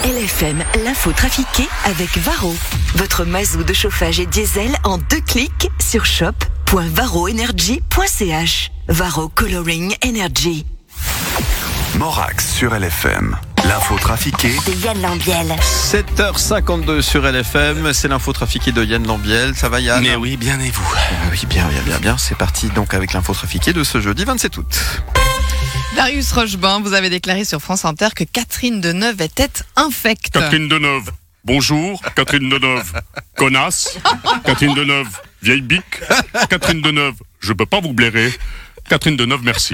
LFM, l'info trafiquée avec Varro. Votre mazou de chauffage et diesel en 2 clics sur shop.varroenergy.ch. Varro Coloring Energy. Morax sur LFM. L'info trafiquée de Yann Lambiel. 7h52 sur LFM, c'est l'info trafiquée de Yann Lambiel. Ça va Yann ? Mais oui, bien et vous ? Oui, bien. C'est parti donc avec l'info trafiquée de ce jeudi 27 août. Darius Rochebain, vous avez déclaré sur France Inter que Catherine Deneuve était infecte. Catherine Deneuve, bonjour. Catherine Deneuve, connasse. Catherine Deneuve, vieille bique. Catherine Deneuve, je peux pas vous blairer. Catherine Deneuve, merci.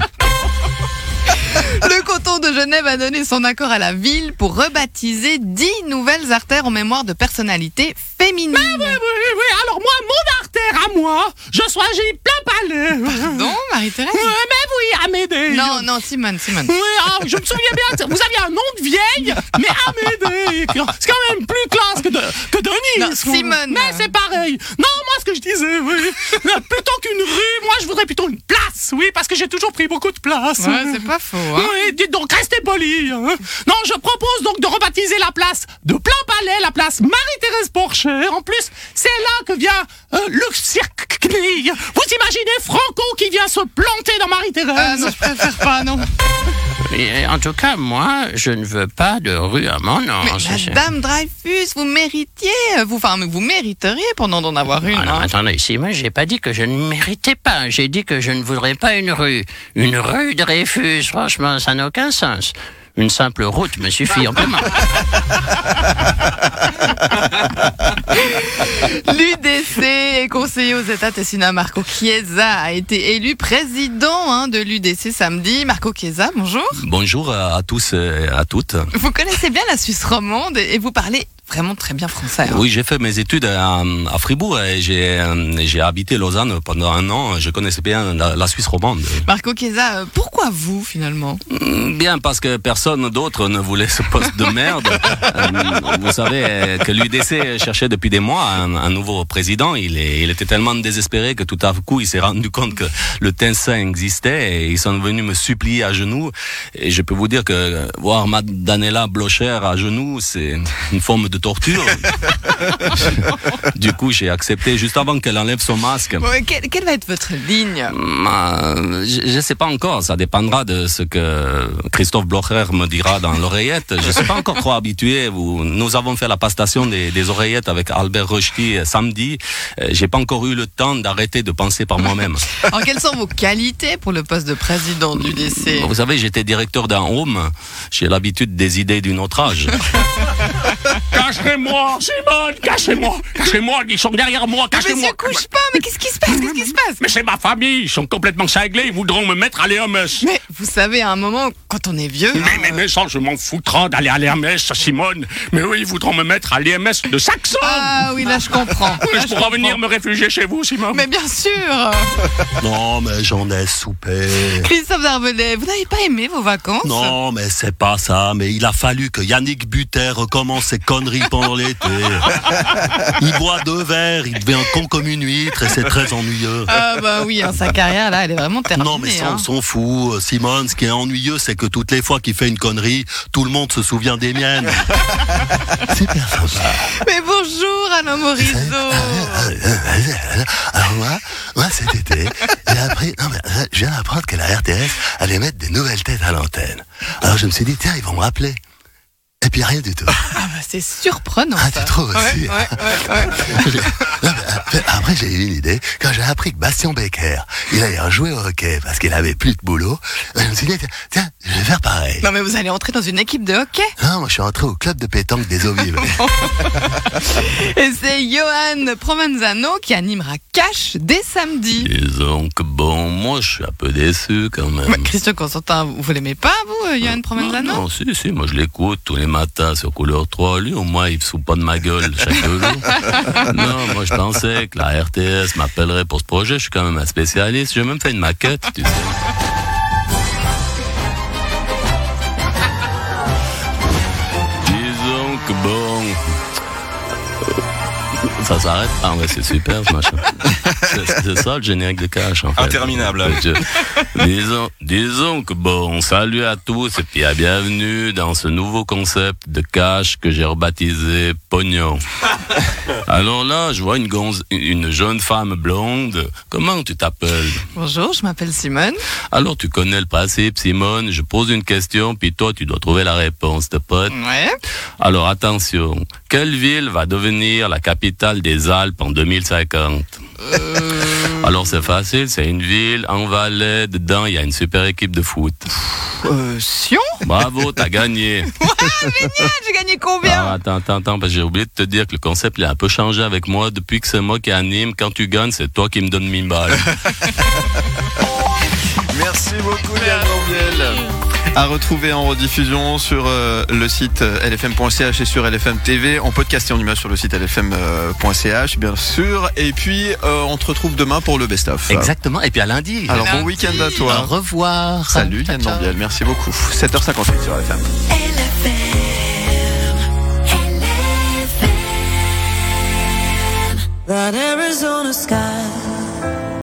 Le canton de Genève a donné son accord à la ville pour rebaptiser 10 nouvelles artères en mémoire de personnalités féminines. Oui, alors moi, mon artère à moi, j'ai plein palais. Pardon, Marie-Thérèse ? Mais oui, Amédée. Non, Simone. Oui, je me souviens bien, vous aviez un nom de vieille, mais Amédée, c'est quand même plus classe que Denise. Non, Simone. Mais c'est pareil. Non, moi, ce que je disais, oui, plutôt qu'une rue, moi, je voudrais plutôt une place, oui, parce que j'ai toujours pris beaucoup de place. Ouais, c'est pas faux, hein. Oui, dites donc, restez polis. Hein. Non, je propose donc de rebaptiser la place de Plain-Palais, la place Marie-Thérèse Porcher. En plus, c'est là que vient le cirque. Vous imaginez Franco qui vient se planter dans Marie-Thérèse? Non, je préfère pas, non. Et en tout cas, moi, je ne veux pas de rue à mon nom. Mais Madame Dreyfus, vous méritiez, vous mériteriez pendant d'en avoir une. Alors, attendez, ici, moi, j'ai pas dit que je ne méritais pas. J'ai dit que je ne voudrais pas une rue. Une rue Dreyfus, franchement, ça n'a aucun sens. Une simple route me suffit amplement. L'UDC et conseiller aux États Tessina Marco Chiesa a été élu président de l'UDC samedi. Marco Chiesa, bonjour. Bonjour à tous et à toutes. Vous connaissez bien la Suisse romande et vous parlez vraiment très bien français. Oui, j'ai fait mes études à Fribourg et j'ai habité Lausanne pendant 1 an. Je connaissais bien la Suisse romande. Marco Chiesa, pourquoi vous finalement ? Bien parce que personne d'autre ne voulait ce poste de merde. Vous savez que l'UDC cherchait depuis des mois un nouveau président. Il était tellement désespéré que tout à coup il s'est rendu compte que le Tessin existait et ils sont venus me supplier à genoux. Et je peux vous dire que voir Danella Blocher à genoux, c'est une forme de torture. Du coup, j'ai accepté juste avant qu'elle enlève son masque. Ouais, quelle va être votre ligne ? Je ne sais pas encore. Ça dépendra de ce que Christophe Blocher me dira dans l'oreillette. Je ne suis pas encore trop habitué. Nous avons fait la passation des oreillettes avec Albert Rochety samedi. J'ai pas encore eu le temps d'arrêter de penser par moi-même. Alors, quelles sont vos qualités pour le poste de président du DC ? Vous savez, j'étais directeur d'un home. J'ai l'habitude des idées d'une autre âge. Cachez-moi, Simone, cachez-moi, ils sont derrière moi, cachez-moi. Monsieur couche pas, mais qu'est-ce qui se passe ? Mais c'est ma famille, ils sont complètement cinglés, ils voudront me mettre à l'EMS. Mais vous savez, à un moment, quand on est vieux... Mais ça, je m'en foutras d'aller à l'EMS, Simone. Mais oui, ils voudront me mettre à l'EMS de Saxon. Ah oui, là je comprends. Mais je pourrais venir me réfugier chez vous, Simone. Mais bien sûr. Non, mais j'en ai soupé. Christophe Darbelet, vous n'avez pas aimé vos vacances ? Non, mais c'est pas ça. Mais il a fallu que Yannick Buter recommence ses conneries pendant l'été. Il boit 2 verres, il devient con comme une huître et c'est très ennuyeux. Ah bah oui, sa carrière là, elle est vraiment terminée. Non, mais on s'en fout. Simone, ce qui est ennuyeux, c'est que toutes les fois qu'il fait une connerie, tout le monde se souvient des miennes. C'est bien sympa. Mais bonjour Alain Morisot. Alors moi cet été, je viens d'apprendre que la RTS allait mettre des nouvelles têtes à l'antenne. Alors je me suis dit, tiens, ils vont me rappeler. Et puis rien du tout. Ah bah c'est surprenant. Ah, tu trouves aussi? Ouais. Après j'ai eu une idée. Quand j'ai appris que Bastien Becker, il allait rejouer au hockey parce qu'il avait plus de boulot, je me suis dit, tiens, je vais faire pareil. Non mais vous allez entrer dans une équipe de hockey? Non, moi je suis entré au club de pétanque des eaux vives. Et c'est Johan Provenzano qui animera Cash dès samedi. Disons que bon, moi je suis un peu déçu quand même. Bah, Christian Constantin, vous l'aimez pas vous, Johan Provenzano? Non, si, moi je l'écoute tous les matins sur Couleur 3. Lui, au moins, il ne fout pas de ma gueule chaque 2 jours. Non, moi je pensais que la RTS m'appellerait pour ce projet. Je suis quand même un spécialiste. J'ai même fait une maquette, tu sais. Disons que bon... Ça s'arrête. Ah ouais, c'est super ce machin. C'est ça le générique de Cash en fait. Interminable. Disons que bon, salut à tous et puis bienvenue dans ce nouveau concept de Cash que j'ai rebaptisé Pognon. Alors là, je vois une jeune femme blonde. Comment tu t'appelles? Bonjour, je m'appelle Simone. Alors tu connais le principe, Simone. Je pose une question puis toi tu dois trouver la réponse, t'es prête? Ouais. Alors attention, quelle ville va devenir la capitale des Alpes en 2050? Alors c'est facile, c'est une ville en Valais, dedans il y a une super équipe de foot. Sion? Bravo, t'as gagné. Waouh, génial, j'ai gagné combien? Ah, attends, parce que j'ai oublié de te dire que le concept il a un peu changé avec moi. Depuis que c'est moi qui anime, quand tu gagnes, c'est toi qui me donnes 1000 balles. Merci beaucoup Yann Lambiel. À retrouver en rediffusion sur le site lfm.ch et sur LFM TV, en podcast et en image sur le site lfm.ch bien sûr. Et puis on te retrouve demain pour le best-of. Exactement, et puis à lundi. Alors bon week-end à toi. Au revoir. Salut Yann Lambiel, merci beaucoup. 7h58 sur LFM. That Arizona sky